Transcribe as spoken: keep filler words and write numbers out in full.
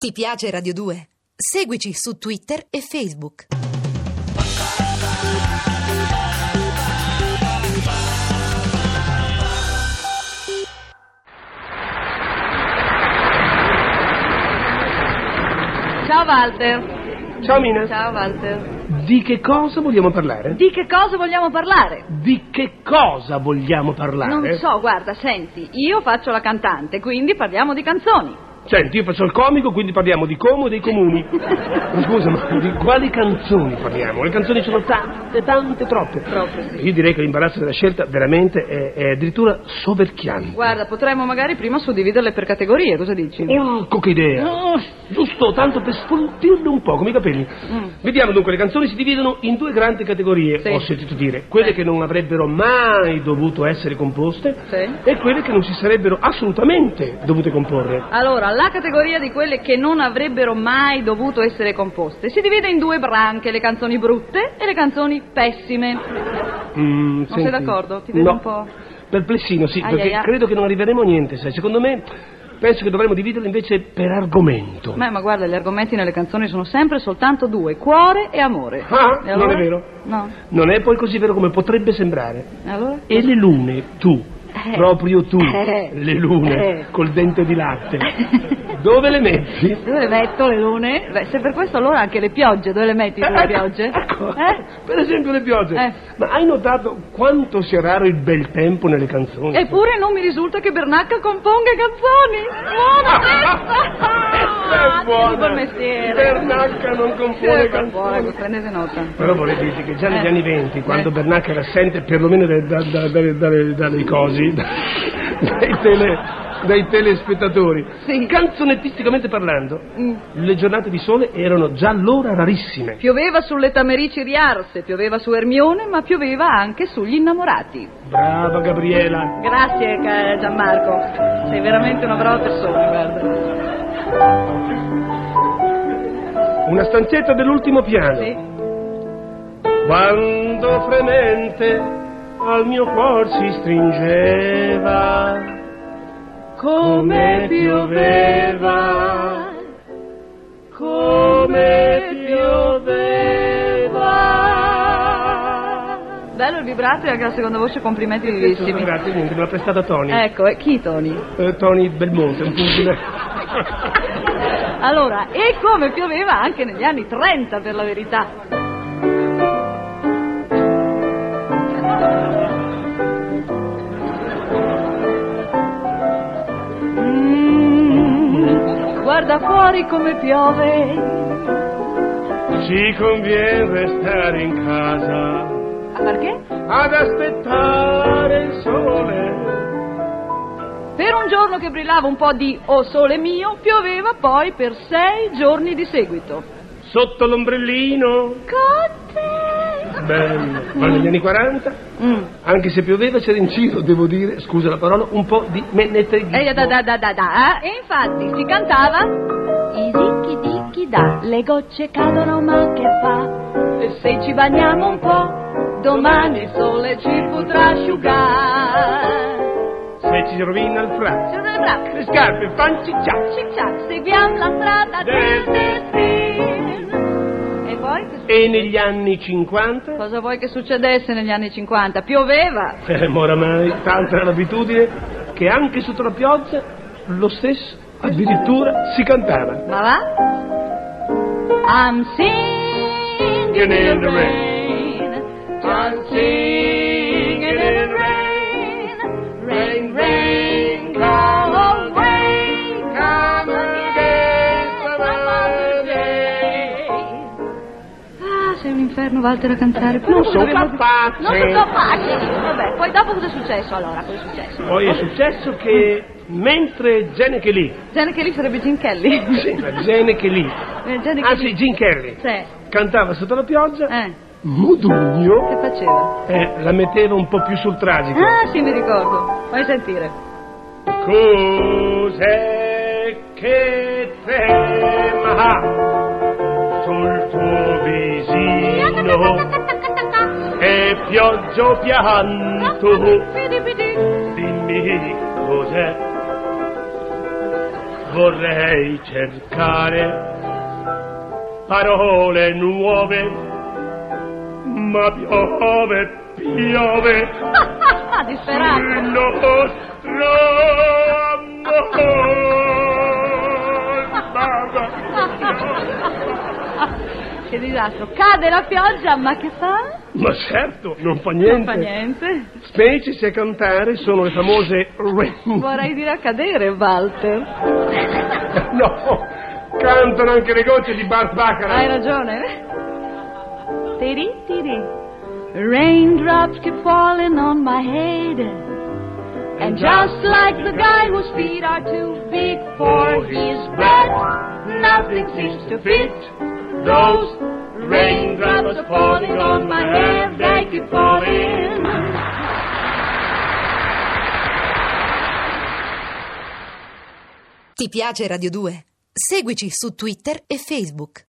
Ti piace Radio due? Seguici su Twitter e Facebook. Ciao Walter. Ciao Mina. Ciao Walter. Di che cosa vogliamo parlare? Di che cosa vogliamo parlare? Di che cosa vogliamo parlare? Non so, guarda, senti, io faccio la cantante, quindi parliamo di canzoni. Senti, io faccio il comico, quindi parliamo di Como e dei comuni. Ma scusa, ma di quali canzoni parliamo? Le canzoni sono tante, tante, troppe. Troppe, sì. Io direi che l'imbarazzo della scelta veramente è, è addirittura soverchiante. Guarda, potremmo magari prima suddividerle per categorie, cosa dici? Urco, che idea! Oh. Giusto, tanto per sfoltirle un po', come i capelli. Mm. Vediamo dunque, le canzoni si dividono in due grandi categorie, Sì. ho sentito dire. Quelle Sì. che non avrebbero mai dovuto essere composte Sì. e quelle che non si sarebbero assolutamente dovute comporre. Allora, la categoria di quelle che non avrebbero mai dovuto essere composte si divide in due branche, le canzoni brutte e le canzoni pessime. Mm, Non senti, sei d'accordo? Ti vedo no. un po'... Perplessino, sì, Ai, perché ai, ai. credo che non arriveremo a niente, sai. Secondo me, penso che dovremmo dividerle invece per argomento. Ma, ma guarda, gli argomenti nelle canzoni sono sempre soltanto due, cuore e amore. Ah, E non allora? è vero. No. Non è poi così vero come potrebbe sembrare. E allora? E le lune, tu, Eh. proprio tu, Eh. le lune, Eh. col dente di latte, dove le metti? Dove le metto le lune? Beh, se per questo allora anche le piogge, dove le metti tu le piogge? Ecco, Eh? per esempio le piogge. Eh. Ma hai notato quanto sia raro il bel tempo nelle canzoni? Eppure non mi risulta che Bernacca componga canzoni. Buona Questa è buona. Ti dico il mestiere. Bernacca non compone Sì, canzoni. buona, prendete nota. Però vorrei dirti che già negli Eh. anni venti, quando Eh. Bernacca era assente perlomeno dai, da, da, da, da, dalle cosi, dai, tele, dai telespettatori, Sì. canzonettisticamente parlando, Mm. le giornate di sole erano già allora rarissime. Pioveva sulle Tamerici riarse, pioveva su Ermione, ma pioveva anche sugli innamorati. Brava Gabriela. Grazie ca- Gianmarco, sei veramente una brava persona, guarda. Una stanzetta dell'ultimo piano. Sì. Quando fremente al mio cuor si stringeva, come pioveva, come pioveva. Bello il vibrato e anche la seconda voce, complimenti vivissimi. Grazie, niente, me l'ha prestata Tony. Ecco, e chi Tony? Eh, Tony Belmonte, un pugile. Allora, e come pioveva anche negli anni trenta, per la verità. Mm, guarda fuori come piove. Ci conviene restare in casa Ah, perché? ad aspettare il sole. Per un giorno che brillava un po' di "Oh sole mio", pioveva poi per sei giorni di seguito. Sotto l'ombrellino. Cotte! Bello. Ma negli anni quaranta, Mm. anche se pioveva, c'era in giro, devo dire, scusa la parola, un po' di menetreghismo. Eh, da, da, da, da, da. E infatti si cantava "I ricchi dicchi da, le gocce cadono ma che fa? E se ci bagniamo un po', domani il sole ci potrà asciugare". Se ci si rovina il fratto, Ci sono le braccia, le scarpe fan cicciac. cic ciac, seguiamo la strada del destino. E poi? E negli anni cinquanta? Cosa vuoi che succedesse negli anni cinquanta? Pioveva. Eh, ma oramai tanta era l'abitudine che anche sotto la pioggia lo stesso addirittura si cantava. Ma va? I'm singing in the rain, I'm singing in the rain, rain, rain, come away, come again, some other day. Ah, sei un inferno, Walter, a cantare. Non sono capace. Non sono capace. Vabbè, poi dopo cosa è successo allora? Cosa è successo? Poi è successo che mentre Gene Kelly, Gene Kelly sarebbe Gene Kelly. sì, la Gene Kelly, Eh, Gene ah Kelly. sì, Gene Kelly, Sì. cantava sotto la pioggia, Eh, Modugno che faceva? eh, la metteva un po' più sul tragico. Ah, sì, mi ricordo. Fai sentire. Cos'è che trema sul tuo visino e pioggia pianto? Dimmi cos'è. vorrei cercare parole nuove, ma piove, piove Disperato. sul nostro amore. Che disastro. Cade la pioggia, ma che fa? Ma certo, non fa niente. Non fa niente. Specie se a cantare sono le famose rain. Vorrei dire a cadere, Walter. No, cantano anche le gocce di Bart Bacharach. Hai ragione. Tiri, tiri. Raindrops keep falling on my head, and just like the guy whose feet are too big for his bed, nothing seems to fit. Those raindrops are falling on my head, they keep falling. Ti piace Radio due? Seguici su Twitter e Facebook.